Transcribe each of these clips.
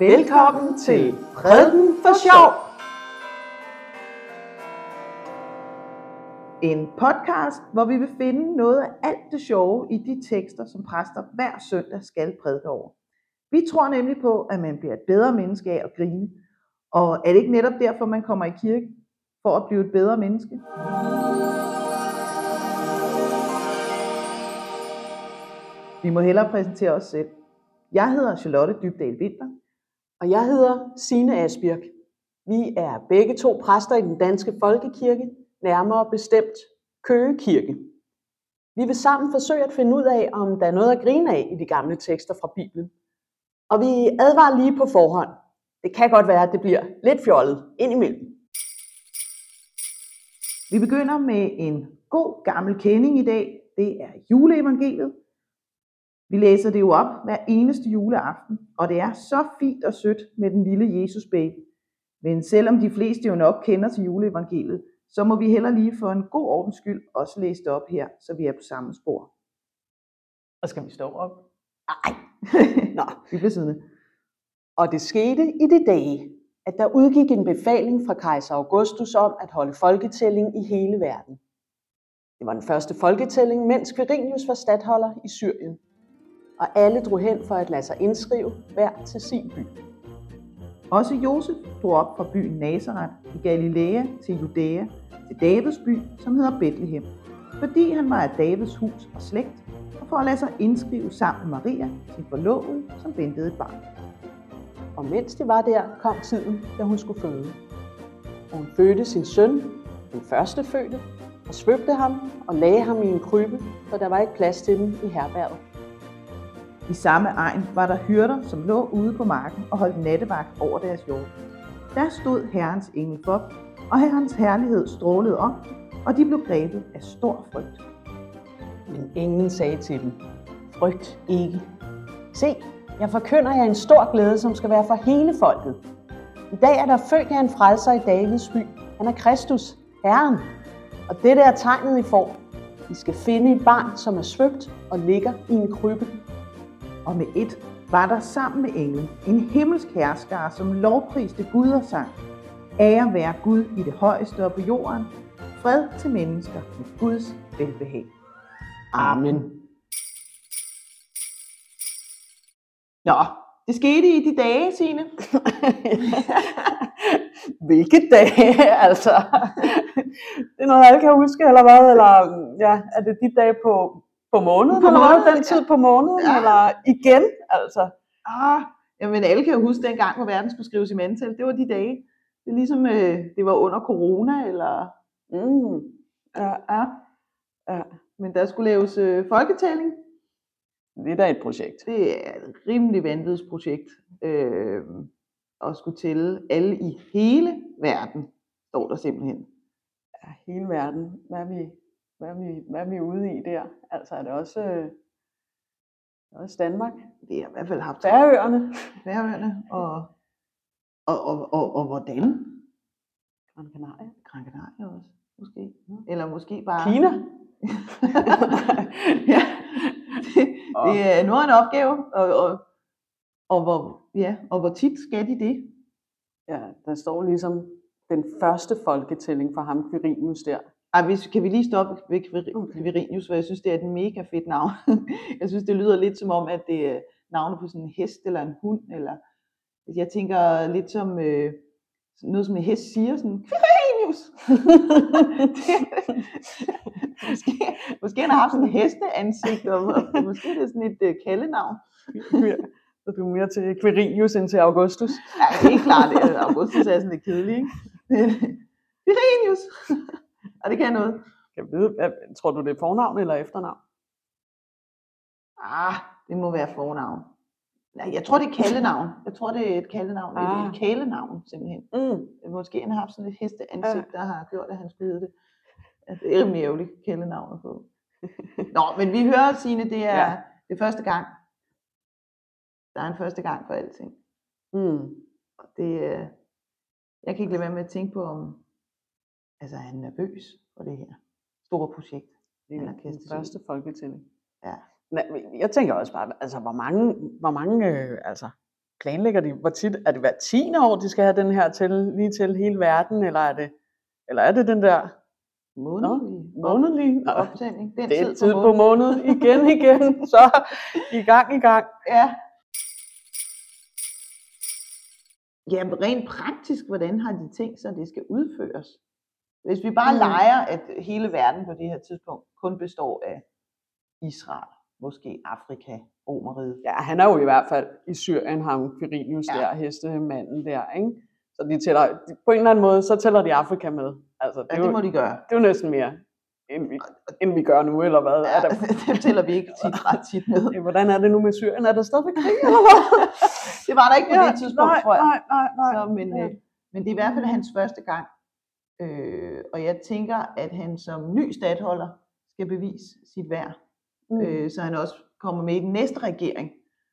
Velkommen til Prædiken for Sjov. En podcast, hvor vi vil finde noget af alt det sjove i de tekster, som præster hver søndag skal prædike over. Vi tror nemlig på, at man bliver et bedre menneske af at grine. Og er det ikke netop derfor, man kommer i kirke? For at blive et bedre menneske? Vi må hellere præsentere os selv. Jeg hedder Charlotte Dybdahl Winter. Og jeg hedder Signe Asbjørk. Vi er begge to præster i den danske folkekirke, nærmere bestemt Køge Kirke. Vi vil sammen forsøge at finde ud af, om der er noget at grine af i de gamle tekster fra Bibelen. Og vi advarer lige på forhånd. Det kan godt være, at det bliver lidt fjollet indimellem. Vi begynder med en god gammel kending i dag. Det er juleevangeliet. Vi læser det jo op hver eneste juleaften, og det er så fint og sødt med den lille Jesus baby. Men selvom de fleste jo nok kender til juleevangeliet, så må vi heller lige for en god ordens skyld også læse det op her, så vi er på samme spor. Og skal vi stå op? Nej. Nå, vi bliver siddende. Og det skete i de dage, at der udgik en befaling fra kejser Augustus om at holde folketælling i hele verden. Det var den første folketælling, mens Quirinius var statholder i Syrien. Og alle drog hen for at lade sig indskrive hver til sin by. Også Josef drog op fra byen Nazareth i Galilea til Judæa, til Davids by, som hedder Bethlehem, fordi han var af Davids hus og slægt, og for at lade sig indskrive sammen med Maria, sin forlovede, som ventede et barn. Og mens de var der, kom tiden, da hun skulle føde. Og hun fødte sin søn, den første fødte, og svøbte ham og lagde ham i en krybbe, for der var ikke plads til dem i herberget. I samme egn var der hyrder, som lå ude på marken og holdt nattevagt over deres jord. Der stod Herrens engel for, og Herrens herlighed strålede om, og de blev grebet af stor frygt. Men englen sagde til dem, frygt ikke. Se, jeg forkynder jer en stor glæde, som skal være for hele folket. I dag er der født jer en frelser i Davids by. Han er Kristus, Herren. Og dette er tegnet, I får. I skal finde et barn, som er svøbt og ligger i en krybbe. Og med et var der sammen med englen en himmelsk herskare, som lovpriste Gud og sang. Ære være Gud i det højeste og på jorden. Fred til mennesker med Guds velbehag. Amen. Nå, det skete i de dage, Signe. Hvilke dage, altså? Det er noget, alle kan huske, eller hvad? Eller ja, er det de dage på måneden? På måneden, den tid på måneden, ja. Eller igen, altså? Jamen alle kan jo huske dengang, hvor verden skulle skrives i mandtal. Det var de dage. Det er ligesom, det var under corona, eller... Ja. Men der skulle laves folketælling. Det er da et projekt. Det er et rimelig vanvittigt projekt. At skulle tælle alle i hele verden, står der simpelthen. Ja, hele verden. Hvad er vi ude i der? Altså er det også Danmark? Det har i hvert fald haft Færøerne. Og hvordan? Gran Canaria også, måske. Eller måske bare... Kina? Ja, det er nu en opgave, og hvor tit skal de det? Ja, der står ligesom den første folketælling fra ham, Quirinius der. Kan vi lige stoppe ved Quirinius, for jeg synes, det er et mega fedt navn. Jeg synes, det lyder lidt som om, at det er navnet på sådan en hest eller en hund, eller jeg tænker lidt som noget, som en hest siger, sådan Quirinius. Måske han har haft sådan en hesteansigt, og måske det er sådan et kaldenavn. Så du er mere til Quirinius end til Augustus? Ja, det er klart, at Augustus er sådan lidt kedelig, ikke? Quirinius! Og det kan noget. Tror du, det er fornavn eller efternavn? Det må være fornavn. Nej, jeg tror, det er kaldenavn. Jeg tror, det er et kaldenavn. Et kælenavn, simpelthen. Måske han har haft sådan et hesteansigt, der har gjort, at han skulle hedde det. Det er rimelig ærgerligt kælenavn at få. Nå, men vi hører, Signe, det er det første gang. Der er en første gang for alting. Og det, jeg kan ikke lade være med at tænke på, om altså, han er nervøs for det her store projekt. Det er den første folketælling. Ja. Jeg tænker også bare, altså hvor mange planlægger de, hvor tit, er det hver 10. år, de skal have den her lige til hele verden, eller er det den der månedlige optælling? Den det er tid på måneden, igen, så i gang. Ja. Jamen rent praktisk, hvordan har de tænkt sig, at det skal udføres? Hvis vi bare leger, at hele verden på det her tidspunkt kun består af Israel, måske Afrika, Romerriget. Ja, han er jo i hvert fald i Syrien, ham Quirinius der, hestemanden der, ikke? Så de tæller, på en eller anden måde, så tæller de Afrika med. Altså, det må de gøre. Det er jo næsten mere, end vi gør nu, eller hvad? Ja, det tæller vi ikke ret tit med. Hvordan er det nu med Syrien? Er der stadigvæk krig, eller hvad? Det var der ikke på det tidspunkt, tror jeg. Nej. Så, men det er i hvert fald hans første gang. Og jeg tænker, at han som ny statholder skal bevise sit værd. Så han også kommer med i den næste regering.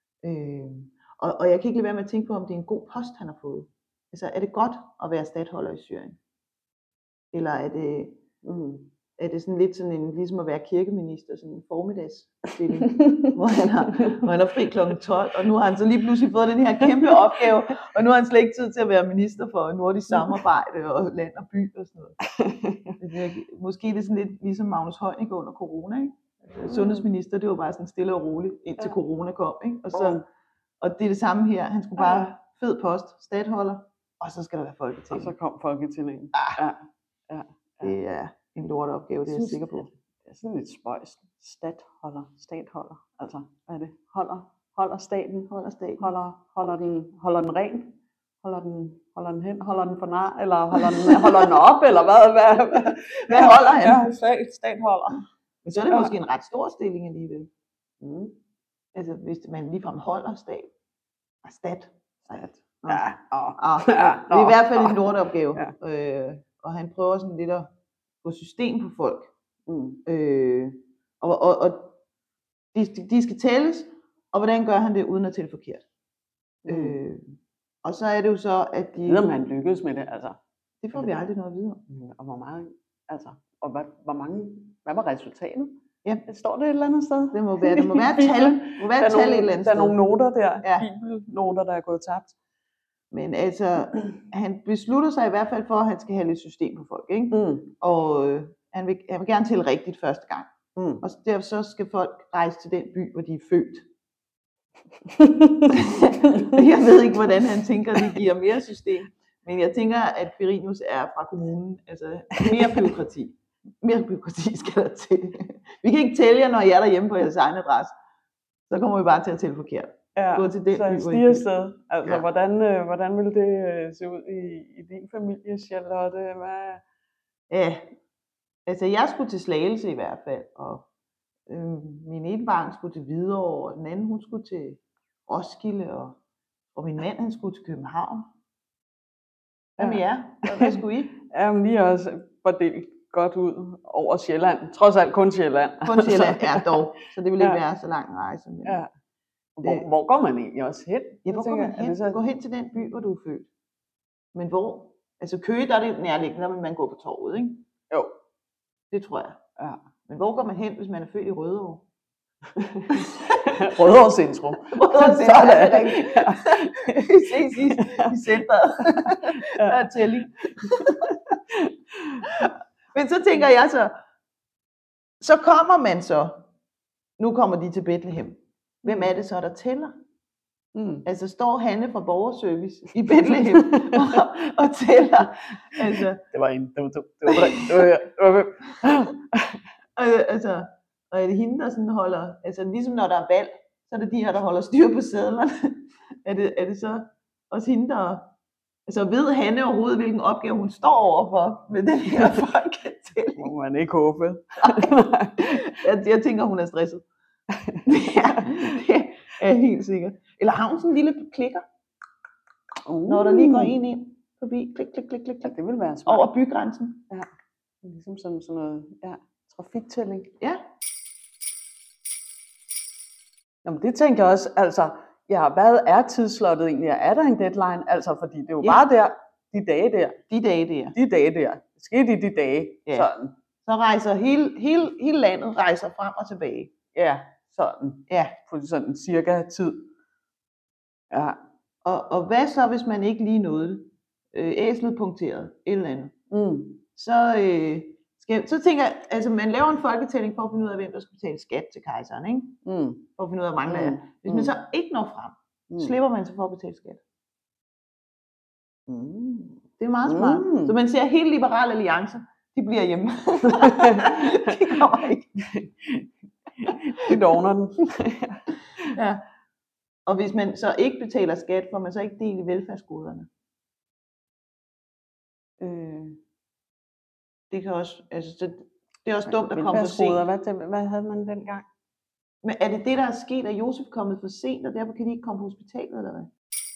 Og jeg kan ikke lade være med at tænke på, om det er en god post, han har fået. Altså, er det godt at være statholder i Syrien? Eller er det sådan lidt sådan en, ligesom at være kirkeminister, sådan en formiddagsstilling, hvor han har fri kl. 12, og nu har han så lige pludselig fået den her kæmpe opgave, og nu har han slet ikke tid til at være minister for nordisk samarbejde og land og by og sådan noget. Måske er det sådan lidt ligesom Magnus Heunicke under corona, ikke? Sundhedsminister, det var bare sådan stille og roligt, indtil corona kom, ikke? Og det er det samme her, han skulle bare fed post, statholder, og så skal der være Folketing. Og så kom Folketinget. Ja. Det er en lorteopgave, det er jeg sikker på. Det er sådan lidt spøjst. Statholder. Altså, hvad er det? Holder staten. Holder den ren. Holder den hen. Holder den for nar. Eller holder den op. Eller hvad holder han? Ja, statholder. Men så er det måske en ret stor stilling alligevel. Altså, hvis man ligefrem holder stat. Stat. Det er i hvert fald en lorteopgave. Og han prøver sådan lidt at få system på folk. Og de skal tælles, og hvordan gør han det uden at tælle forkert? Og så er det jo så, at de... Ved om han lykkedes med det, altså. Det får vi aldrig noget at vide om. Og hvor meget, altså, og hvad var resultatet? Ja. Står det et eller andet sted? Det må være et tal. Det må være et tal et eller andet sted. Der er nogle noter der, bibelnoter, der er gået tabt. Men altså, han beslutter sig i hvert fald for, at han skal have lidt system på folk, ikke? Og han vil gerne tælle rigtigt første gang. Og derfor så skal folk rejse til den by, hvor de er født. Jeg ved ikke, hvordan han tænker, at det giver mere system. Men jeg tænker, at Quirinius er fra kommunen. Altså, mere bureaukrati. Mere bureaukrati skal der til. Vi kan ikke tælle jer, når I er derhjemme på jeres egen adresse. Så kommer vi bare til at tælle forkert. Gå til den by, hvor I er født. Altså, hvordan vil det se ud i din familie, Charlotte? Ja, altså jeg skulle til Slagelse i hvert fald, og min ene barn skulle til Hvidovre, og den anden hun skulle til Roskilde, og min mand han skulle til København. Hvad med jer? Hvad skulle I? Jamen lige også fordelt godt ud over Sjælland. Trods alt kun Sjælland. Kun Sjælland, dog. Så det vil ikke være så lang rejse. Men... Ja. Hvor går man egentlig også hen? Ja, hvor går man hen? Så... Gå hen til den by, hvor du er født. Men hvor? Altså Køge, der er det nærliggende, når man går på torvet, ikke? Jo. Det tror jeg. Ja. Men hvor går man hen, hvis man er født i Rødovre? Rødovre Centrum. Rødovre Centrum, det er rigtigt. Vi ses i centret. Der er tælling. Men så tænker jeg så kommer man så. Nu kommer de til Bethlehem. Hvem er det så, der tæller? Altså står Hanne fra Borgerservice i Bethlehem og tæller. Altså, det var en. Altså, og er det hende, der sådan holder, altså ligesom når der er valg, så er det de her, der holder styr på sedlerne. Er det så også hende, der, altså ved Hanne overhovedet, hvilken opgave hun står overfor med den her folketælling? Må man ikke håbe. Jeg tænker, hun er stresset. Det er helt sikkert. Eller har hun sådan en lille klikker, når der lige går en ind forbi, klik. Ja, det vil være smart. Over bygrænsen. Ja, ligesom sådan noget, trafiktælling. Ja. Jamen det tænker jeg også, altså, hvad er tidsslottet egentlig? Er der en deadline? Altså, fordi det er jo bare der, de dage der. De dage der. Det skete i de dage, sådan. Så rejser hele landet rejser frem og tilbage. Ja, sådan. Ja. På sådan cirka tid. Ja. Og hvad så, hvis man ikke lige nåede det? Æslet punkteret, et eller andet. Så tænker jeg, altså man laver en folketælling for at finde ud af, hvem der skal betale skat til kejseren, ikke? For at finde ud af, hvor mange der er. Hvis man så ikke når frem, slipper man sig for at betale skat. Det er meget smart. Så man ser hele Liberal Alliance, de bliver hjemme. De kommer ikke. De dovner den. Ja. Og hvis man så ikke betaler skat, får man så ikke del i velfærdsgoderne. Det kan også, altså det er også dumt at komme for sent. Hvad havde man dengang? Men er det der er sket, at Josef er kommet for sent, og derfor kan de ikke komme på hospitalet, eller hvad?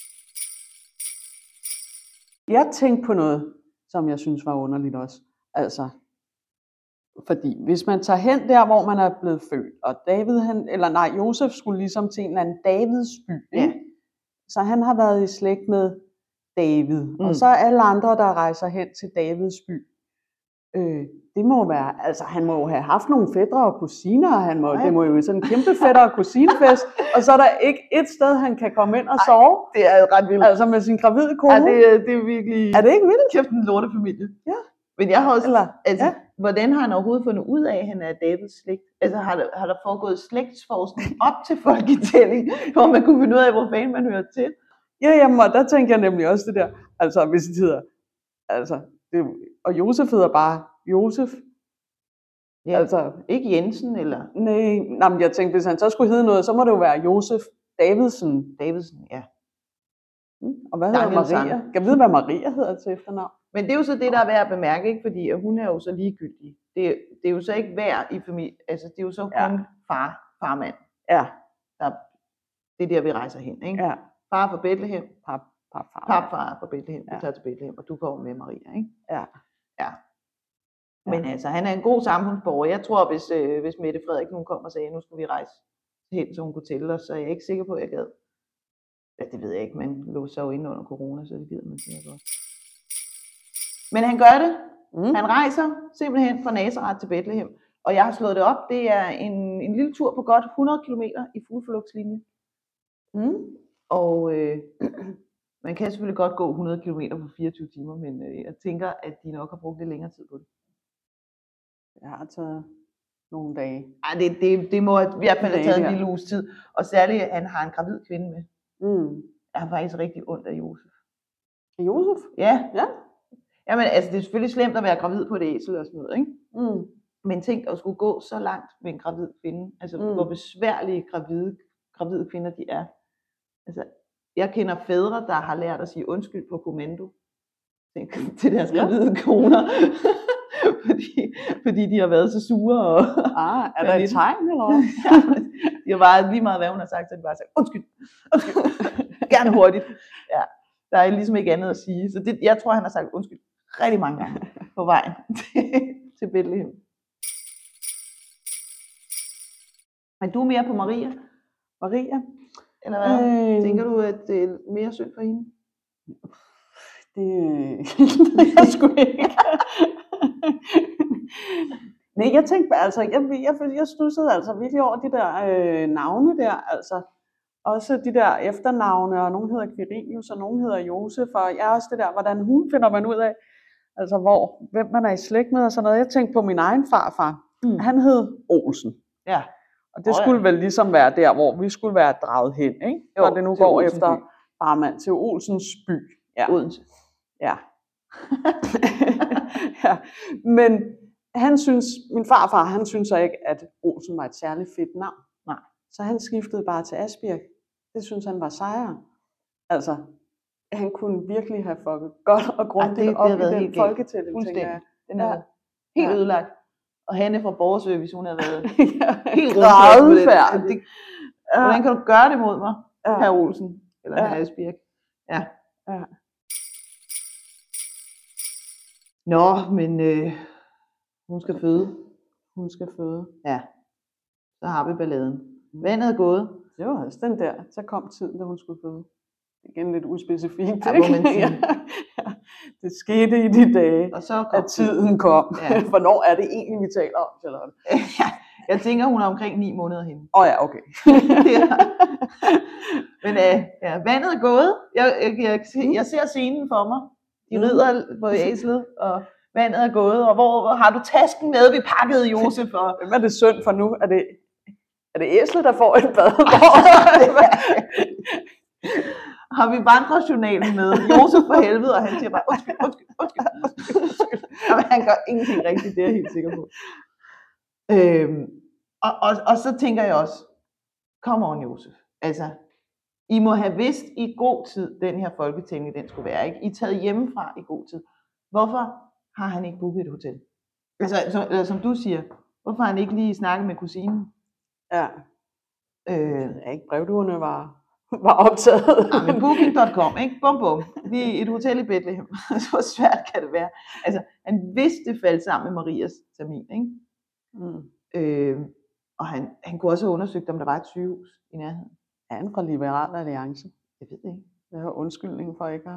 Jeg tænkte på noget, som jeg synes var underligt også. Altså, fordi hvis man tager hen der, hvor man er blevet født, og Josef skulle ligesom til en eller anden Davidsby, ikke? Så han har været i slægt med David, og så alle andre, der rejser hen til Davidsby. Det må være, altså han må jo have haft nogle fætre og kusiner, det må jo sådan en kæmpe fætter og kusinefest, og så er der ikke et sted, han kan komme ind og sove. Det er jo ret vildt. Altså med sin gravide kone. Det er virkelig... Er det ikke vildt? Kæft en lortefamilie. Ja. Men jeg har også, hvordan har han overhovedet fundet ud af, at han er Davids slægt? Altså har der foregået slægtsforskning op til folketælling, hvor man kunne finde ud af, hvor fanden man hører til? Ja, jamen, og der tænker jeg nemlig også det der, altså hvis det hedder, altså, og Josef hedder bare Josef. Ja, altså ikke Jensen eller? Nej, men jeg tænkte, hvis han så skulle hedde noget, så må det jo være Josef Davidsen. Davidsen, ja. Og hvad hedder Maria? Kan jeg vide, hvad Maria hedder til efternavn? Men det er jo så det, der er værd at bemærke, ikke? Fordi hun er jo så ligegyldig. Det er jo så ikke værd i familie, altså det er jo så kun farmand. Ja. Det er der, vi rejser hen, ikke? Ja. Far fra Bethlehem, papfar fra Bethlehem, du tager til Bethlehem, og du kommer med Maria, ikke? Ja. Men altså, han er en god samfundsborger. Jeg tror, hvis Mette Frederik nu kom og sagde, nu skulle vi rejse hen, så hun kunne tælle os, så er jeg ikke sikker på, at jeg gad. Ja, det ved jeg ikke, man låser jo inde under corona, så det gider man sikkert godt. Men han gør det. Han rejser simpelthen fra Nazareth til Bethlehem. Og jeg har slået det op. Det er en lille tur på godt 100 km i fugleflugtslinje. Og man kan selvfølgelig godt gå 100 km på 24 timer, men jeg tænker, at de nok har brugt lidt længere tid på det. Jeg har taget nogle dage. Ej, det må i hvert fald have taget en lille uges tid. Og særligt, at han har en gravid kvinde med. Jeg har faktisk rigtig ondt af Josef. Josef? Ja. Jamen, altså, det er selvfølgelig slemt at være gravid på et æsel og sådan noget, ikke? Men tænk at skulle gå så langt med en gravid kvinde. Altså, hvor besværlige gravide kvinder de er. Altså, jeg kender fædre, der har lært at sige undskyld på kommando til deres gravide koner. fordi de har været så sure. Og er der et tegn, eller hvad? De har bare lige meget, hvad hun har sagt, så de bare sagt, undskyld. Gerne hurtigt. Ja, der er ligesom ikke andet at sige. Så jeg tror, han har sagt undskyld rigtig mange gange på vejen til Bethlehem. Men du er mere på Maria? Eller hvad? Tænker du, at det er mere synd for hende? Det jeg sgu ikke. Nej, jeg tænkte altså, jeg studsede altså virkelig over de der navne der, altså også de der efternavne, og nogen hedder Quirinius, og nogen hedder Josef, og jeg også det der, hvordan hun finder man ud af, altså hvem man er i slægt med og sådan noget. Jeg tænkte på min egen farfar, han hed Olsen. Ja. Og det skulle vel ligesom være der, hvor vi skulle være draget hen, ikke? Når det nu går Olsenby. efter farmand til Olsens by. Ja. Odense. Ja. Ja. Men min farfar, han synes så ikke, at Olsen var et særligt fedt navn. Nej. Så han skiftede bare til Asbjørg. Det synes han var sejere. Altså, han kunne virkelig have fucket godt og grundigt op i den folketælling, tænker jeg. Den er helt ødelagt. Og Hanne fra Borgerservice, hun havde været helt grædefærdig. Hvordan kan du gøre det mod mig, herr Olsen? Eller herr Asbjørg? Ja. Nå, men hun skal føde. Ja. Så har vi balladen. Vandet er gået. Det var også den der. Så kom tiden, da hun skulle føde. Igen lidt uspecifikt. Ja, må man sige. Ja. Det skete i de dage, og så at tiden kom. Ja. Hvornår er det egentlig, vi taler om, Charlotte? Jeg tænker, hun er omkring 9 måneder henne. Ja, okay. Men ja, vandet er gået. Jeg ser scenen for mig. De rider på æslet, og vandet er gået. Og hvor har du tasken med, vi pakkede Josef? Og... Hvem er det synd for nu? Er det æslet, der får et bad? Har vi vandrejournalen med? Josef for helvede, og han siger bare, undskyld. Jamen, han gør ingenting rigtigt, det er jeg helt sikker på. Og så tænker jeg også, come on Josef, altså, I må have vidst i god tid, den her folketælling, den skulle være, ikke? I er taget hjemmefra i god tid. Hvorfor har han ikke booket et hotel? Altså, som du siger, hvorfor har han ikke lige snakket med kusinen? Ja. Ikke brevduerne var optaget. Ja, men booking.com, ikke? Bum. Lige et hotel i Bethlehem. Så svært kan det være. Altså, han vidste, det faldt sammen med Marias termin, ikke? Og han kunne også have undersøgt, om der var et sygehus i nærheden. Er han fra Liberal Alliance? Jeg ved det ikke. Det er undskyldning for ikke at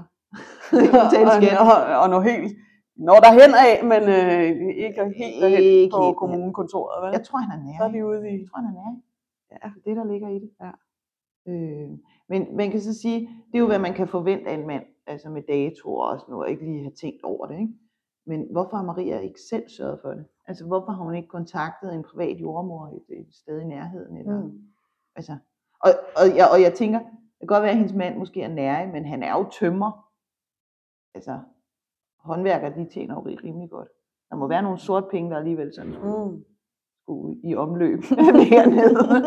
og noget helt når derhen af, men ikke helt derhen på kommunekontoret, vel? Jeg tror, han er nær. Så er de ude i... Jeg tror, han er nær. Ja, det der ligger i det. Ja. Men man kan så sige, det er jo, hvad man kan forvente af en mand, altså med datoer og sådan noget, ikke lige have tænkt over det, ikke? Men hvorfor har Maria ikke selv sørget for det? Altså, hvorfor har hun ikke kontaktet en privat jordmor et sted i nærheden? Eller, altså, og jeg tænker, det kan godt være, at hendes mand måske er nærig, men han er jo tømrer. Altså, håndværkere, de tjener jo rimelig godt. Der må være nogle sorte penge, der alligevel sådan skulle i omløb dernede.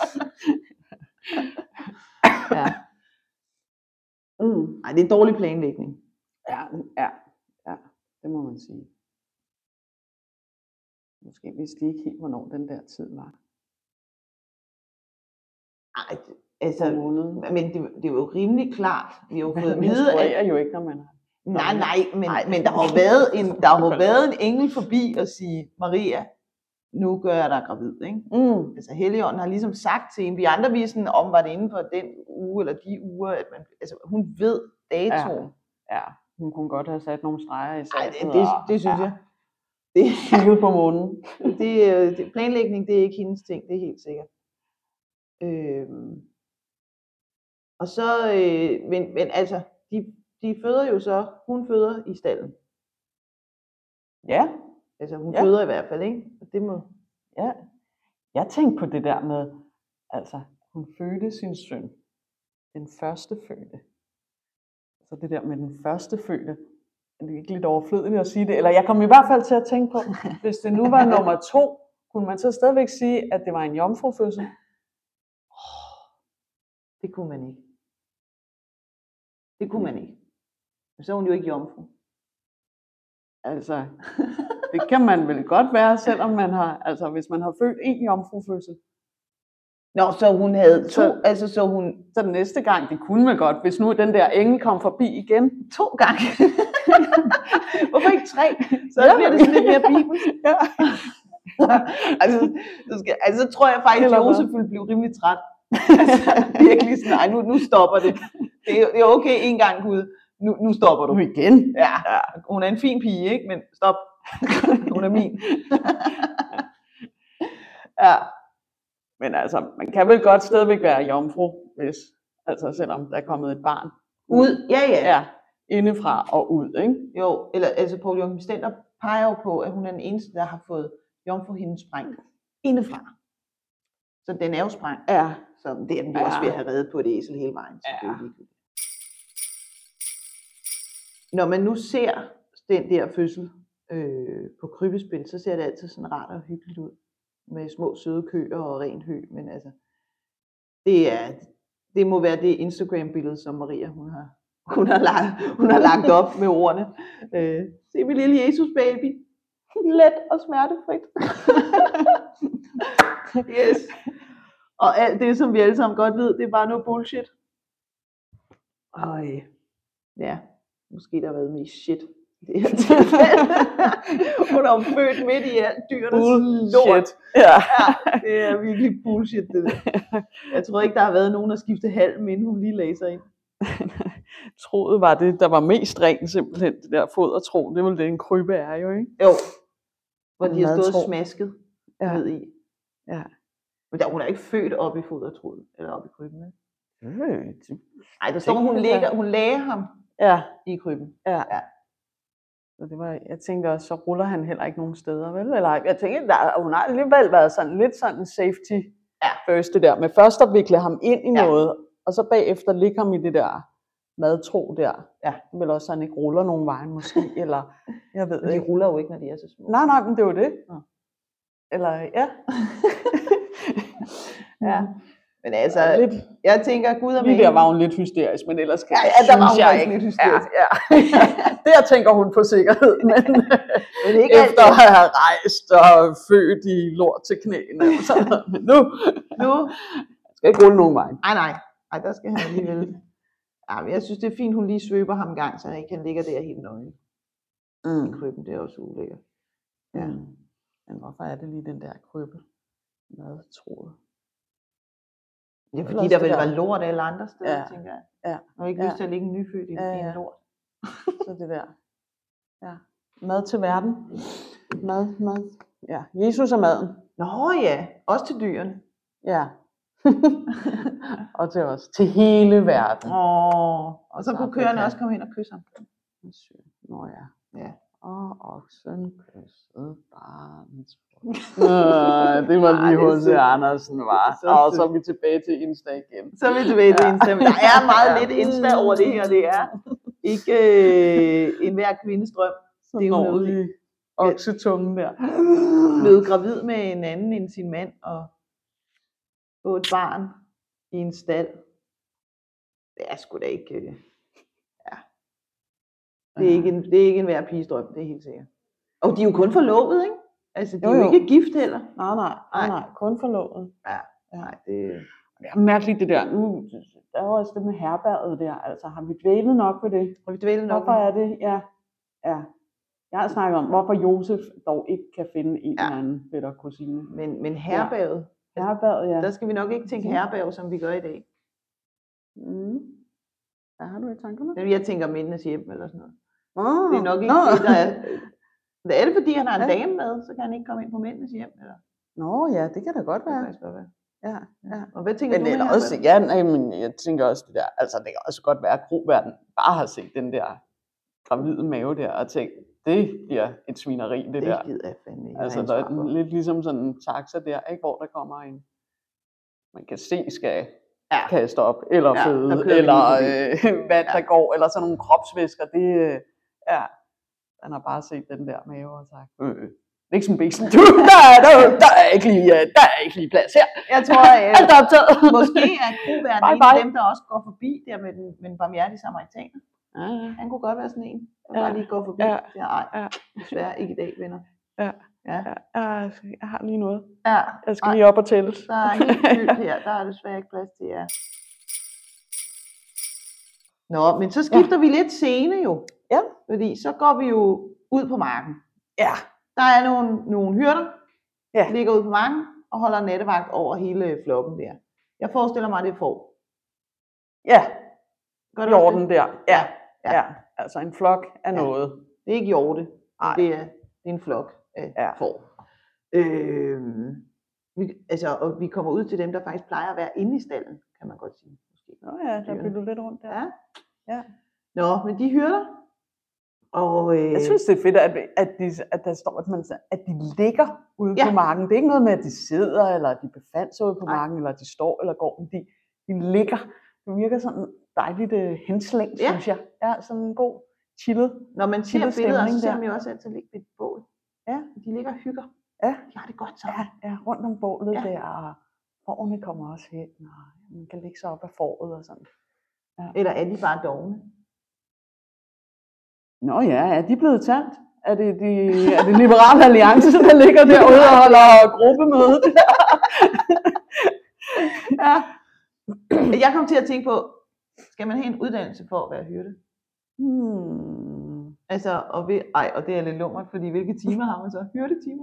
Ja. Ej, det er en dårlig planlægning. Ja, det må man sige. Måske vidste de ikke helt, hvornår den der tid var. Ej, altså, men det er jo rimelig klart. Vi har jo fået at vide, at jo ikke, når man har... Nej, men der har jo været en engel forbi og sige, Maria, nu gør jeg dig gravid, ikke? Altså Helligånden har ligesom sagt til en, vi andre viser om, var det inden for den uge eller de uger, at man, altså hun ved datoen. Ja, hun kunne godt have sat nogle streger i sandet. Det synes jeg. Det er kigget på månen. Planlægning, det er ikke hendes ting, det er helt sikkert. Og så, men altså, de føder jo så, hun føder i stallen. Ja. Altså hun føder i hvert fald, ikke? Og det må... Ja. Jeg tænkte på det der med, altså hun fødte sin søn, den første fødte. Så det der med den første fødte, er det ikke lidt overflødigt at sige det? Eller jeg kom i hvert fald til at tænke på, hvis det nu var nummer 2, kunne man så stadigvæk sige, at det var en jomfrufødsel? Det kunne man ikke. Det kunne man ikke. Så er hun jo ikke jomfru. Altså, det kan man vel godt være, selvom man har, altså hvis man har født en jomfrufødsel. Nå, så hun havde to, altså så den næste gang, det kunne man godt, hvis nu den der engel kom forbi igen. 2 gange. Hvorfor ikke 3? Så bliver det sådan lidt mere bibelsk. Ja. altså, så tror jeg faktisk, at Josef ville blive rimelig træt. Altså, virkelig sådan, nej, nu stopper det. Det er okay en gang, Gud. Nu stopper du. Nu igen? Ja. Hun er en fin pige, ikke? Men stop. Hun er min. Ja. Men altså, man kan vel godt stadigvæk være jomfru, hvis, altså selvom der er kommet et barn. Ud? Ja. Indefra og ud, ikke? Jo, eller altså Poul Joachim Stender peger jo på, at hun er den eneste, der har fået jomfruhinden sprængt indefra. Så den er jo sprængt. Ja. Så det er den jo også ved at have reddet på et æsel hele vejen. Så det er jo når man nu ser den der fødsel på krybespil, så ser det altid sådan rart og hyggeligt ud. Med små søde køer og ren hø. Men altså, det må være det Instagram-billede, som Maria hun har lagt op med ordene. Se min lille Jesus baby. Let og smertefrit. Yes. Og alt det, som vi alle sammen godt ved, det er bare noget bullshit. Ja, måske der har været mest shit. Det her tilfælde. Hun er jo født midt i alt dyrenes lort. Ja, det er virkelig bullshit, det der. Jeg tror ikke, der har været nogen, der skiftede halm, inden hun lige lagde sig ind. Troet var det, der var mest rent simpelthen, det der fodertro. Det er vel det, en krybbe er jo, ikke? Jo, hvor de har stået smasket ned i. Ja. Men hun er ikke født op i fodertruet, eller op i krybben, ikke? Nej, der står, hun lagde ham i krybben. Ja. Så det var, jeg tænkte også, så ruller han heller ikke nogen steder, vel? Eller jeg tænkte, hun har alligevel været sådan lidt sådan safety first, det der med først at vikle ham ind i noget, og så bagefter ligge ham i det der madtro der. Ja. Vel også, så han ikke ruller nogen vejen måske, eller jeg ved ikke. De ruller jo ikke, når de er så små. Nej, men det var det. Ja. Eller, ja. Ja. Men altså, jeg tænker, Gud og lige der var hun lidt hysterisk, men ellers der var hun ikke lidt hysterisk. Ja. Der tænker hun på sikkerhed, men ikke efter at have rejst og født i lort til knæene. Men nu skal ikke rulle nogen vej. Nej, der skal han alligevel. Ja, men jeg synes, det er fint, hun lige svøber ham en gang, så han ikke kan ligge der helt nøje. I krybben, det er også ulækkert. Ja. Men hvorfor er det lige den der krybbe? Madtroet. Det er fordi, der vil være lort alle andre steder, tænker jeg. Ja. Og ikke lyst til at ligge nyfødt i en lort. Så det der. Ja. Mad til verden. Mad. Ja. Jesus er maden. Nå ja, også til dyrene. Ja. Og til os. Til hele verden. Og så kunne køerne også komme ind og kysse ham. Nå ja. Og oksen kyssede barnets det var lige H.C. Andersen, var. Og så er vi tilbage til Insta igen. Så er vi tilbage til Insta. Men der er meget lidt Insta over det her. Det er ikke enhver kvindes drøm. Det er jo noget oksetungen der. Blevet gravid med en anden end sin mand og få et barn i en stald. Det er sgu da ikke. Det er ikke enhver piges drøm, det er helt sikkert. Og de er jo kun forlovet, ikke? Altså, de er jo ikke gift heller. Nej, kun forlovet. Ja. Nej, det er mærkeligt det der. Nu, der var også det med herberget der. Altså, har vi dvælet nok på det? Hvorfor er det? Ja. Jeg har snakket om, hvorfor Josef dog ikke kan finde en eller anden fætter kusine. Men herberget, der skal vi nok ikke tænke herberg, som vi gør i dag. Hvad har du i tankerne? Jeg tænker Mændenes Hjem eller sådan noget. Det er nok ikke det, der er. Er det fordi, han har en dame med, så kan han ikke komme ind på Mændenes Hjem? Eller? Nå ja, det kan da godt være. Det kan være. Ja. Og hvad tænker du med også, men jeg tænker også det der, altså det kan også godt være, at Kroverden bare har set den der gravide mave der, og tænkt, det bliver et svineri, det der. Det gider jeg fandme ikke. Altså der er lidt ligesom sådan en taxa der, ikke, hvor der kommer en, man kan se skal kaste op, eller føde, eller vand der går, eller sådan nogle kropsvæsker, det han har bare set den der mave og sagt, Liksom Bixen, der er ikke lige plads her. Jeg tror, måske er Kroverden en af dem, der også går forbi der med den barmhjertige samaritaner. Han kunne godt være sådan en, der bare lige går forbi. Desværre ikke i dag, venner. Jeg har lige noget. Jeg skal lige op og tælle. Der er helt fyldt her, der er desværre ikke plads til jer. Nå, men så skifter vi lidt scene jo. Ja. Fordi så går vi jo ud på marken. Ja. Der er nogle hyrder, der ligger ude på marken og holder nattevagt over hele flokken der. Jeg forestiller mig, det er får. Ja. Hjorten der. Ja. Altså en flok af noget. Det er ikke hjorte. Det er en flok af får. Og vi kommer ud til dem, der faktisk plejer at være inde i stallen, kan man godt sige. Måske. Nå ja, der bliver du lidt rundt der. Ja. Nå, men de hyrder. Og, jeg synes, det er fedt, at der står, at de ligger ude på marken. Det er ikke noget med, at de sidder, eller at de befandt sig ude på marken, eller at de står eller går, men de ligger. Det virker sådan dejligt henslængt, synes jeg. Ja, sådan en god chillet. Når man ser billeder, så ser man jo også altid ligge ved et bål. Ja. De ligger og hygger. Ja. De har det godt så. Ja, rundt om bålet der, og fårene kommer også hen, og man kan ligge sig op af fåret og sådan. Ja. Eller er de bare dogne? Nå ja, er de blevet talt? Er det Liberale Alliance, der ligger derude og holder gruppemøde? Ja. Jeg kom til at tænke på, skal man have en uddannelse for at være hyrde? Altså, og det er lidt lummert, fordi hvilke timer har man så? Hyrdetimer?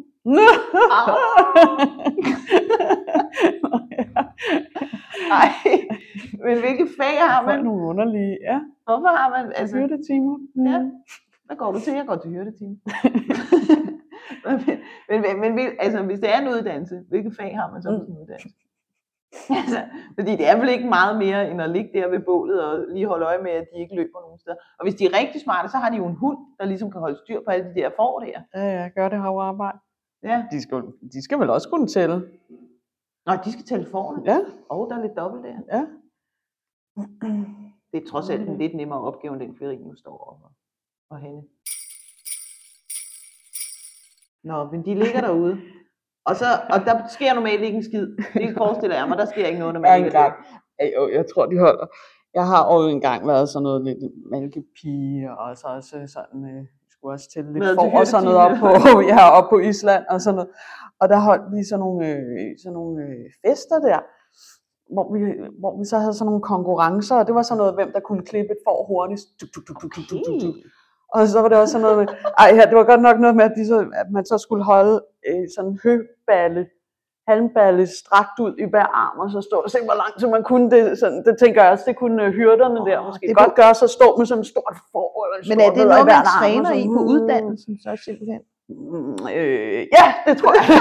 Nej, men hvilke fag har man? Nogle underlige, Hvorfor har man? Altså, hyrdetimer. Ja. Hvad går du til? Jeg går til hyrdetimer. men altså, hvis det er en uddannelse, hvilket fag har man så på sin uddannelse? Altså, fordi det er vel ikke meget mere, end at ligge der ved bålet og lige holde øje med, at de ikke løber nogen steder. Og hvis de er rigtig smarte, så har de jo en hund, der ligesom kan holde styr på alle de der får der. Ja, gør det havrearbejde. Ja. De skal vel også kunne tælle. Nå, de skal tælle fårene? Ja. Der er lidt dobbelt der. Ja. Det er trods alt en lidt nemmere opgave, end den Quirinius står over og Hanne. Nå, men de ligger derude. Og der sker normalt ikke en skid. Det forestiller jeg mig, der sker ikke noget, når man ligger der. Jeg tror, de holder. Jeg har jo engang været sådan noget lidt malkepige, og så også sådan, skulle også til lidt for og sådan noget op på Island og sådan noget. Og der holdt vi sådan nogle fester der, hvor vi så havde sådan nogle konkurrencer, og det var sådan noget, hvem der kunne klippe et får hurtigst. Og så var det også sådan noget med, det var godt nok noget med, at man så skulle holde sådan en halmballe strakt ud i hver arm, og så stå og se, hvor langt så man kunne det. Sådan, det tænker jeg også, det kunne hyrderne der måske det godt gøre, så stå med sådan et stort får. Men er det noget, man træner i på uddannelsen, så simpelthen? Ja, det tror jeg.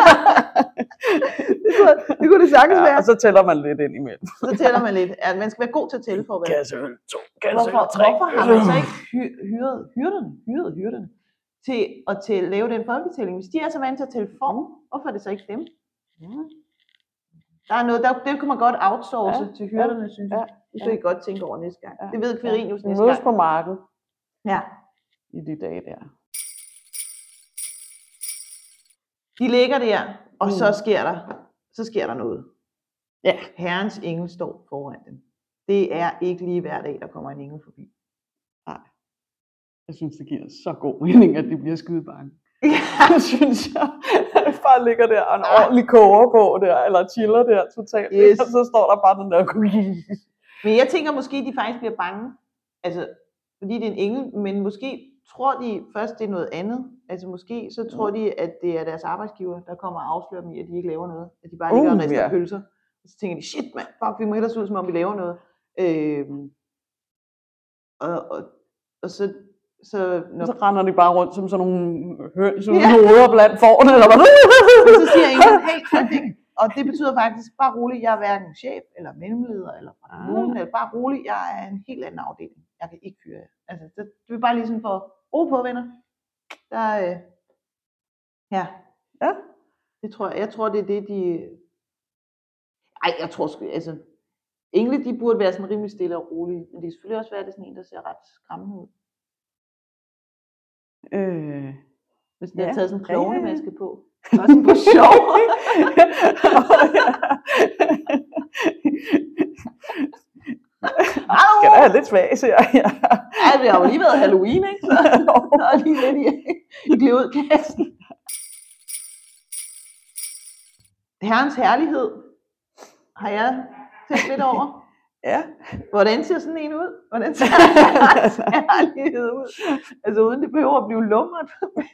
det kunne det sagtens være. Og så tæller man lidt ind imellem. Så tæller man lidt. Man skal være god til at tælle for at være. Kasse 2, Hvorfor har man så ikke hyret hyrderne til at lave den folketælling? Hvis de er så vant til at tælle for, hvorfor er det så ikke dem? Der er noget, det kunne man godt outsource til hyrderne, synes jeg. Det skal I godt tænke over næste gang. Det ved Quirinius næste gang. Mødes på markedet. Ja. I de dage der. De ligger der, og så sker der noget. Ja. Herrens engel står foran dem. Det er ikke lige hver dag, der kommer en engel forbi. Nej. Jeg synes, det giver så god mening, at de bliver skydebange. Det synes jeg. Bare ligger der og en ordentlig koger på der, eller chiller der totalt. Yes. Og så står der bare den der. Men jeg tænker måske, de faktisk bliver bange. Altså, fordi det er en engel, men måske tror de først, det er noget andet. Altså måske så tror de, at det er deres arbejdsgiver, der kommer og afslører dem i, at de ikke laver noget. At de bare ligger og rister pølser. Og så tænker de, shit mand, fuck, vi må ellers ud, som om vi laver noget. Og så render de bare rundt som sådan nogle høns, sådan nogle hoveder blandt forne, eller hvad? Og så siger englen, hey, og det betyder faktisk, bare rolig, jeg er hverken chef, eller mellemleder, eller nogen, eller bare rolig, jeg er en helt anden afdeling. Jeg kan ikke fyre jer. Altså, det vil bare lige sådan få ro på, venner. Ja. Det tror jeg tror, det er det, de... jeg tror sgu, altså... Engle, de burde være sådan rimelig stille og rolige, men det er selvfølgelig også være, det sådan en, der ser ret skræmmende ud. Hvis den har taget sådan en klovnemaske på. Bare sådan på sjov. Skal der have lidt svag, siger jeg. Det har jo lige været Halloween, ikke? Så er lige lidt i glødkassen. Herrens herlighed har jeg tænkt lidt over. Ja. Hvordan ser sådan en ud? Hvordan ser herlighed ud? Altså uden det behøver at blive lummert.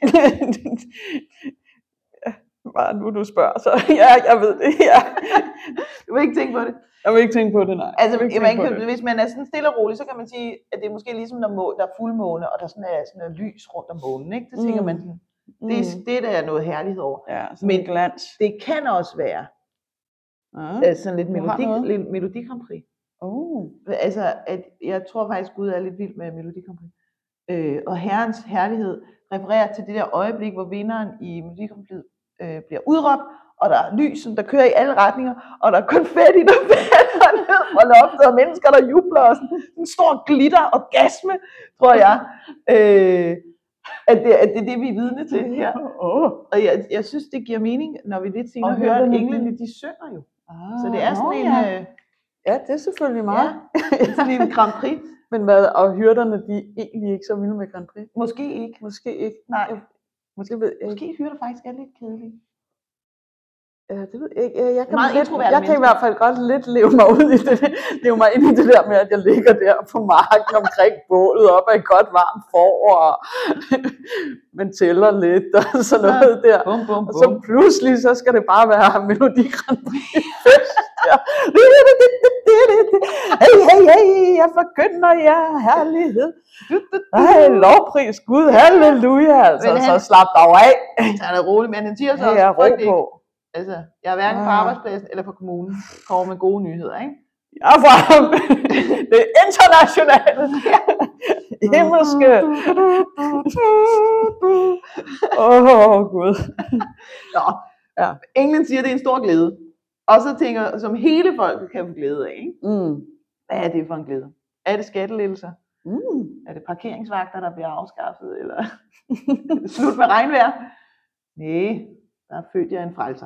Bare nu du spørger, så jeg ved det. Ja. Du vil ikke tænke på det? Jeg vil ikke tænke på det, nej. Altså, hvis man er sådan stille og rolig, så kan man sige, at det er måske ligesom, når der er fuldmåne, og der sådan er lys rundt om månen, ikke? Det tænker man sådan, det der er noget herlighed over. Ja, men glans. Det kan også være sådan lidt Melodi Grand Prix. Altså, at jeg tror faktisk, Gud er lidt vild med Melodi Grand Prix. Og Herrens herlighed refererer til det der øjeblik, hvor vinderen i Melodi Grand Prix bliver udråbt, og der er lys, der kører i alle retninger, og der er konfetti, der falder ned fra loftet, og mennesker, der jubler, og sådan en stor glitter og orgasme, tror jeg, at det er det, vi er vidne til her. Og jeg synes, det giver mening, når vi lidt senere hører, at englene, de synger jo. Så det er sådan en... Ja, det er selvfølgelig meget. Sådan en Grand Prix. Men hvad, og hyrderne, de er egentlig ikke så vilde med Grand Prix? Måske ikke. Nej. Måske hyrder faktisk er lidt kedelige. det ved jeg ikke. Jeg kan i hvert fald godt lidt leve mig ud i det. Leve mig ind i det der med, at jeg ligger der på marken omkring bålet op af et godt varmt forår. Og man tæller lidt og sådan noget der. Bum, bum, bum. Og så pludselig, så skal det bare være Melodi Grand Prix fest. Hey, jeg forkynder jer herlighed. Lovpris Gud, halleluja. Altså, så slap dig af. Han er rolig, men han siger så også frygtelig. Altså, jeg er hverken på arbejdspladsen eller på kommunen. Kommer med gode nyheder, ikke? Ja, for det internationale. Himmelske. Gud. Nå, ja. Englen siger, at det er en stor glæde. Og så tænker, som hele folket kan få glæde af, ikke? Hvad er det for en glæde? Er det skattelettelser? Er det parkeringsvagter, der bliver afskaffet? Eller slut med regnvejr? Nej, der er født jeg en frelser.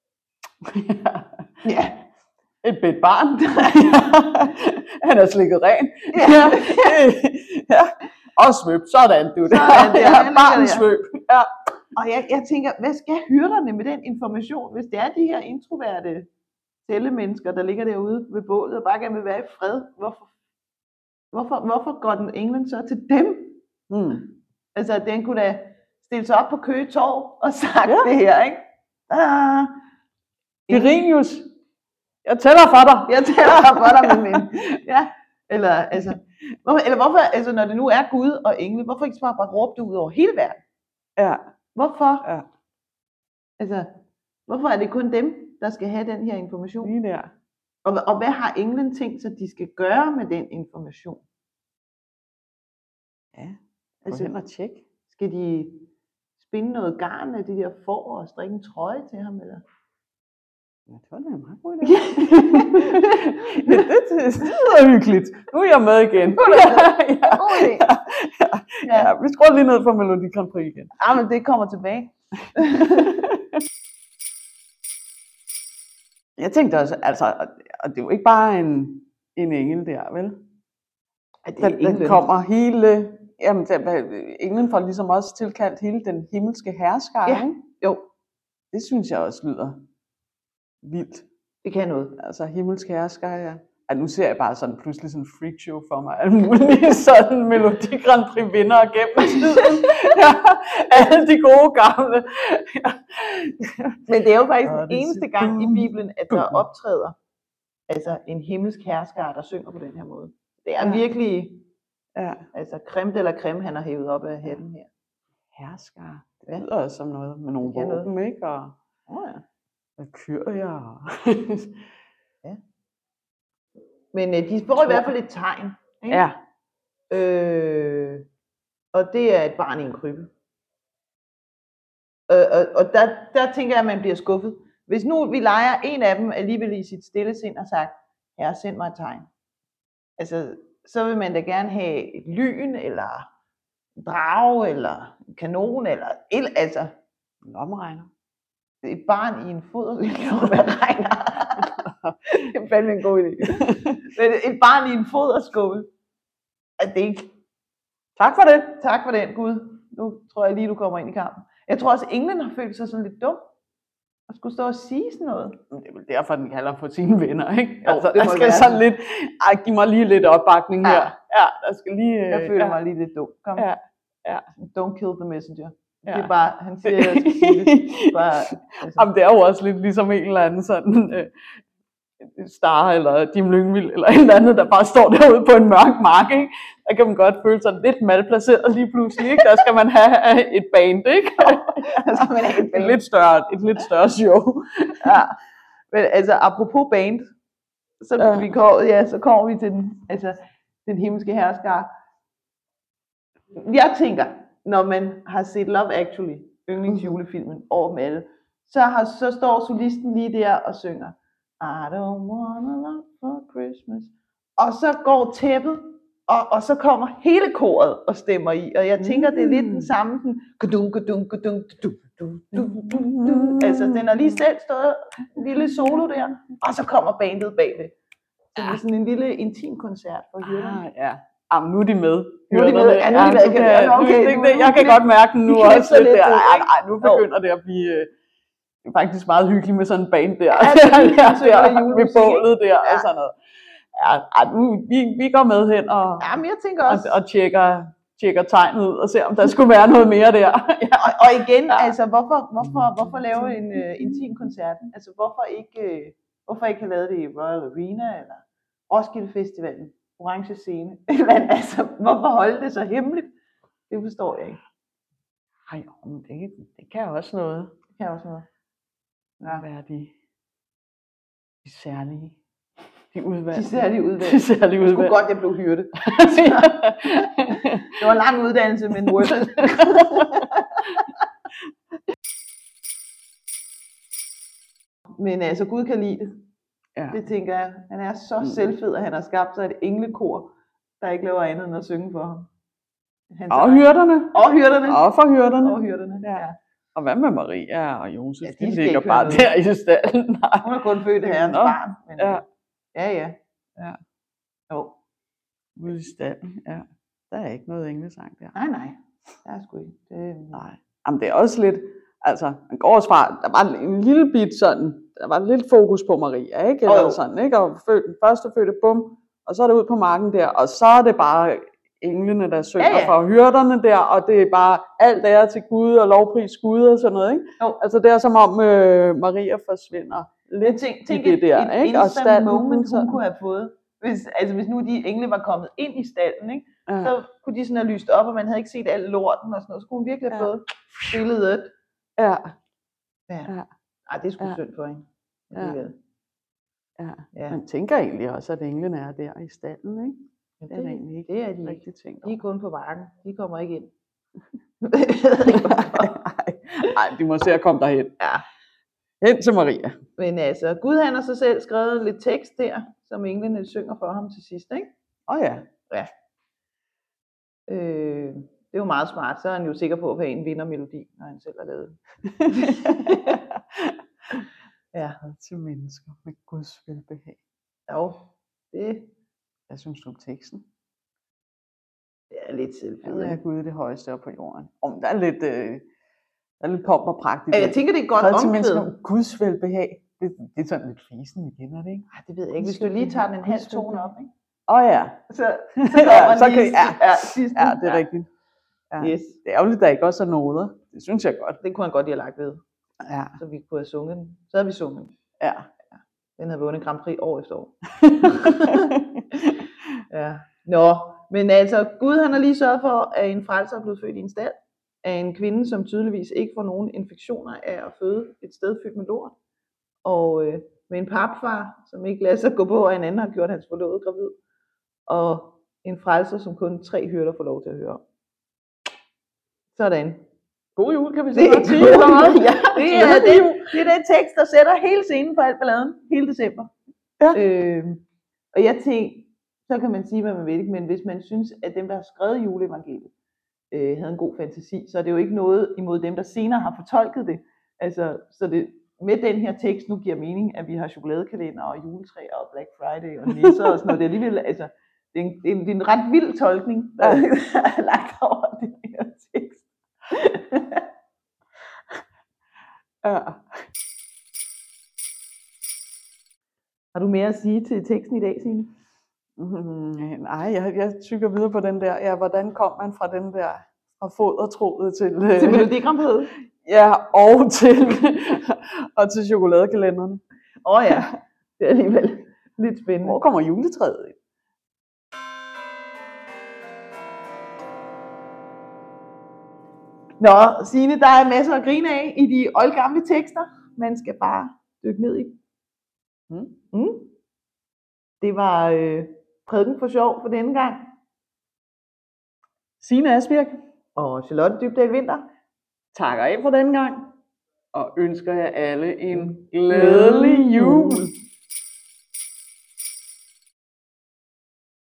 Ja. Et bedt barn. Han er slikket ren. Ja. Og svøb. Sådan du. Barnens svøb. Ja. Og jeg tænker, hvad skal hyrderne med den information, hvis det er de her introverte cellemennesker, der ligger derude ved bålet og bare gerne vil være i fred? Hvorfor går den England så til dem? Altså, den kunne da stille sig op på Køge Torv og sagt det her, ikke? Irinius, jeg tæller for dig. Jeg tæller for dig, min ven. Ja. Eller hvorfor, altså når det nu er Gud og engle, hvorfor ikke bare råbe det ud over hele verden? Ja. Hvorfor? Ja. Altså, hvorfor er det kun dem, der skal have den her information? Lige der. Og hvad har englen tænkt sig, de skal gøre med den information? Ja, altså, hen og tjek. Skal de spinde noget garn af de der får og strikke en trøje til ham, eller? Ja, det var da en meget god idé. Det er hyggeligt. Nu er jeg med igen. Ja, vi skruer lige ned for Melodi Grand Prix igen. Ja, men det kommer tilbage. Jeg tænkte også, altså, og det er jo ikke bare en engel der, vel? Den kommer hele, jamen, englen får ligesom også tilkaldt hele den himmelske hersker, ikke? Jo. Det synes jeg også lyder vildt. Det kan noget. Altså himmelsk hersker, ja. Nu ser jeg bare sådan pludselig sådan en freakshow for mig. Alle mulige sådan Melodi Grand Prix vinder gennem tiden. Ja, alle de gode gamle. Ja. Men det er jo faktisk den eneste gang i Bibelen, at der optræder altså en himmelsk hersker, der synger på den her måde. Det er virkelig altså creme de la creme, han har hævet op af hatten her. Hersker. Det lyder også som noget med nogle våben, ikke? Og kyrier. Ja. Men de får i hvert fald et tegn. Ikke? Ja. Og det er et barn i en krybbe. Og der tænker jeg, at man bliver skuffet. Hvis nu vi leger en af dem alligevel i sit stille sind og sagt, Herre, send mig et tegn. Altså, så vil man da gerne have et lyn, eller en drage, eller en kanon, eller altså en lommeregner. Et barn i en foderregner. Det er fandme en god idé. Men et barn i en foderskål. Er det ikke? Tak for det. Tak for den, Gud. Nu tror jeg lige, du kommer ind i kampen. Jeg tror også, England har følt sig sådan lidt dum. At skulle stå og sige sådan noget. Det er vel derfor, den kalder på sine venner, ikke? Jo, altså, der skal sådan lidt, giv mig lige lidt opbakning her. Ja, der skal lige... Jeg føler mig lige lidt dum. Kom. Ja. Don't kill the messenger. Det er bare, han siger, at jeg skal sige det. Bare, altså. Jamen, det er jo også lidt ligesom en eller anden sådan Star eller Jim Lyngvild eller en eller andet, der bare står derude på en mørk mark, ikke? Der kan man godt føle sig lidt malplaceret lige pludselig, ikke? Der skal man have et band, ikke? Der skal man have et band. Et lidt større show. Ja, men altså apropos band, så kommer vi til den himmelske hersker. Jeg tænker, når man har set Love Actually, yndlingsjulefilmen, over med alle, så står solisten lige der og synger I don't want a lot for Christmas. Og så går tæppet, og så kommer hele koret og stemmer i. Og jeg tænker, det er lidt den samme sådan, altså den har lige selv stået en lille solo der, og så kommer bandet bagved. Så det er sådan en lille intim koncert for hyrderne. Ja. Jamen, nu er de med. Nu er de med. Ja, nu er de med. Jeg kan godt mærke den nu også lidt der. Nej, nu begynder det at blive det er faktisk meget hyggeligt med sådan en band der. Ja, ved bålet der og sådan noget. Ja, vi går med hen men jeg tænker også, og tjekker tegnet ud og ser, om der skulle være noget mere der. Ja. Og igen, altså, hvorfor lave en intim koncert? Altså, hvorfor ikke have lavet det i Royal Arena eller Roskilde Festivalen, Orange Scene? Men altså, hvorfor holde det så hemmeligt? Det forstår jeg ikke. Ej, det kan også noget. Det kan også noget. Ja. Være de særlige. De udvalgte. De særlige udvalgte. De særlige udvalgte. Det skulle godt, jeg blev hyrdet. Det var en lang uddannelse, men worth it. Men altså, Gud kan lide det. Ja. Det tænker jeg. Han er så selvfed, at han har skabt sig et englekor, der ikke laver andet end at synge for ham. Og hyrderne. Og hyrderne. Og for hyrderne. Og hyrderne, ja. Og hvad med Maria og Josef? Ja, de ligger bare der i stallen. Hun har kun født herrens barn. Men ja. Ja. Jo. Ude i stallen, ja. Der er ikke noget englesang der. Nej. Der er sgu ikke. Nej. Jamen det er også lidt, altså, man går også fra, der var en lille bit sådan, der var lidt fokus på Maria, ikke? Eller sådan, ikke? Og den første fødte, bum, og så er det ud på marken der, og så er det bare englene, der synger for hyrderne der, og det er bare alt ære til Gud og lovpris Gud og sådan noget, ikke? Altså det er som om Maria forsvinder lidt i det der, ikke? Og stallen, moment hun kunne have fået, hvis nu de engle var kommet ind i stallen, ikke? Så kunne de sådan have lyst op, og man havde ikke set al lorten og sådan noget, så kunne hun virkelig have fået billedet. Ja. Ej, det er sgu synd for hende. Ja. Man tænker egentlig også, at englene er der i stallen, ikke? Ja, det er egentlig ikke. Det er de rigtig ting. De er kun på marken. De kommer ikke ind. Nej, de må se at komme derhen. Ja. Hen til Maria. Men altså, Gud han har så selv skrevet lidt tekst der, som englene synger for ham til sidst, ikke? Ja. Det er jo meget smart. Så er han jo sikker på at have en vindermelodi, når han selv har lavet Ja. Til mennesker med Guds velbehag. Jo, det. Hvad synes du om teksten? Det er lidt selvfed. Ja, Gud det højeste op på jorden. Der er lidt pomp og pragt i det. Jeg tænker, det er godt omkvæd. Til mennesker med Guds velbehag. Det er sådan lidt fisen igen, er det ikke? Det ved jeg ikke. Hvis du lige tager den en halv tone op, ikke? Ja. Så kommer sidst. Ja, det er rigtigt. Ja. Yes. Det er ærgerligt, der ikke også er noder. Det synes jeg godt. Det kunne han godt have lagt ved. Ja. Så vi kunne have sunget den. Så havde vi sunget den. Ja. Den havde vundet Grand Prix år efter år. Ja. Nå, men altså, Gud han har lige sørget for, at en frelser er blevet født i en stald af en kvinde, som tydeligvis ikke får nogen infektioner af at føde et sted fyldt med lort. Og med en papfar, som ikke lader sig gå på, og en anden har gjort hans forlovede gravid. Og en frelser, som kun 3 hyrder får lov til at høre. Sådan. God jul, kan vi sige. Det er den tekst, der sætter hele scenen for alt balladen, hele december. Ja. Og jeg tænkte, så kan man sige, hvad man vil, ikke? Men hvis man synes, at dem, der har skrevet juleevangeliet, havde en god fantasi, så er det jo ikke noget imod dem, der senere har fortolket det. Altså, så det med den her tekst nu giver mening, at vi har chokoladekalender og juletræer og Black Friday og nisser og sådan noget. Det er alligevel, altså, det er en ret vild tolkning, der er lagt over den her tekst. Ja. Har du mere at sige til teksten i dag, Signe? Nej, jeg tykker videre på den der. Ja, hvordan kom man fra den der fra fodertroet til Melodi Grand Prix? Ja, og til chokoladekalenderne. Ja, det er alligevel lidt spændende. Hvor kommer juletræet ind? Nå, Signe, der er masser at grine af i de oldgamle tekster. Man skal bare dykke ned i dem. Det var prædiken for sjov for denne gang. Signe Asbirk og Charlotte Dybdahl Winther takker af for denne gang og ønsker jer alle en glædelig jul.